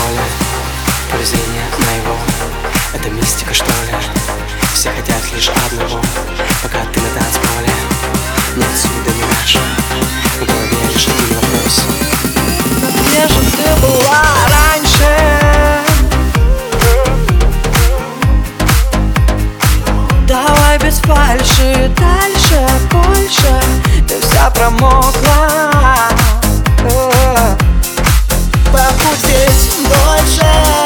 ли? Поле зрения моего, это мистика, что ли? Все хотят лишь одного, пока ты на танцполе. Но отсюда мираж, в голове лишь один вопрос: где же ты была раньше? Давай без фальши, дальше, больше. Ты вся промокла. Побудь здесь дольше.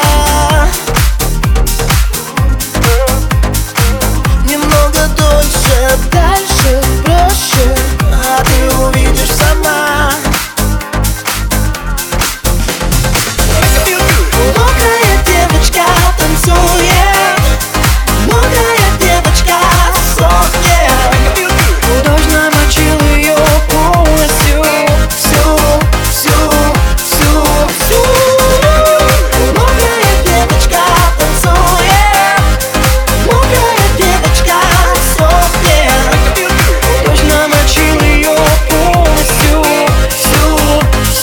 Немного дольше, дальше, проще, а ты увидишь сама. Мокрая девочка танцует, мокрая девочка сохнет. Дождь намочил ее полностью, всю. Мокрая девочка танцует, мокрая девочка сохнет. Дождь намочил ее полностью, всю.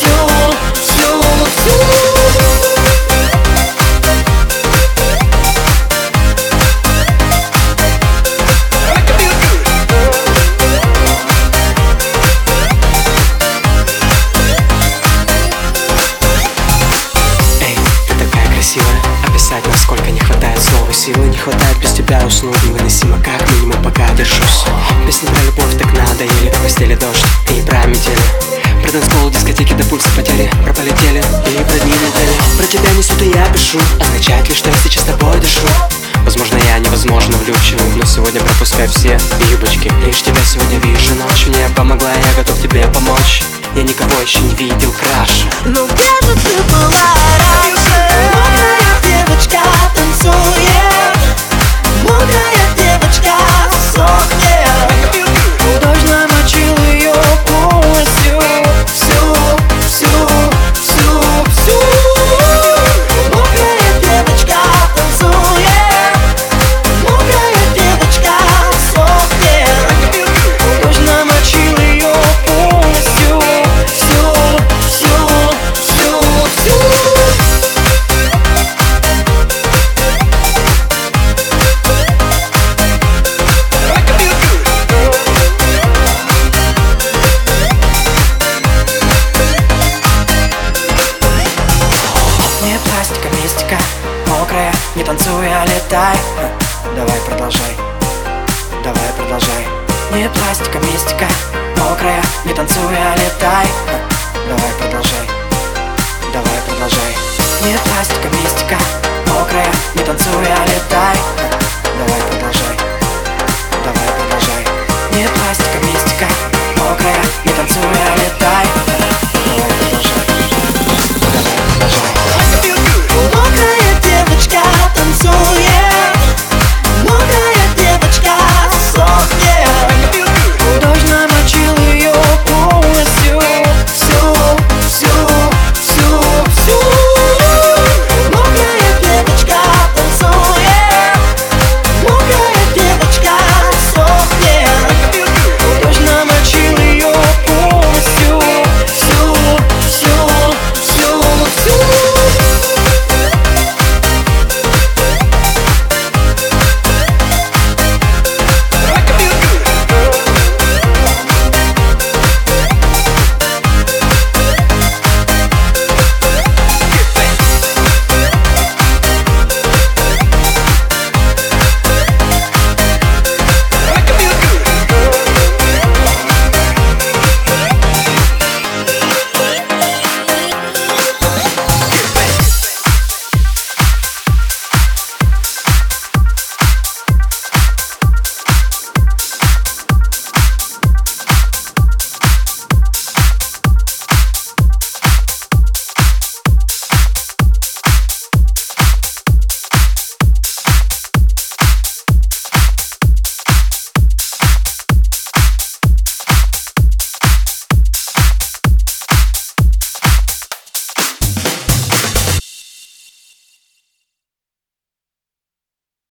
Описать, насколько не хватает слов и силы. Не хватает без тебя уснуть невыносимо, как минимум пока держусь. Песни про любовь так надоели, в постели дождь и про метели. Про танцпол, дискотеки до пульса потери, про полетели и про дни недели. Про тебя несут и я пишу, означает ли, что я сейчас с тобой дышу? Возможно, я невозможно влюбчивый, но сегодня пропускай все юбочки. Лишь тебя сегодня вижу, ночь мне помогла, я готов тебе помочь. Я никого еще не видел краше. Ну где же ты была раньше? Мокрая девочка танцует, мокрая девочка сохнет. Дождь намочил ее полностью, всю. Мокрая девочка танцует, мокрая девочка сохнет. Дождь намочил ее полностью, всю. Не пластика, мистика, мокрая, не танцуй, а летай. Давай продолжай. Не пластика, мистика, мокрая, не танцуй, а летай. Давай продолжай. Не пластика, мистика, мокрая, не танцуй, а летай. Давай продолжай. Не пластика, мистика, мокрая, не танцуй, а летай.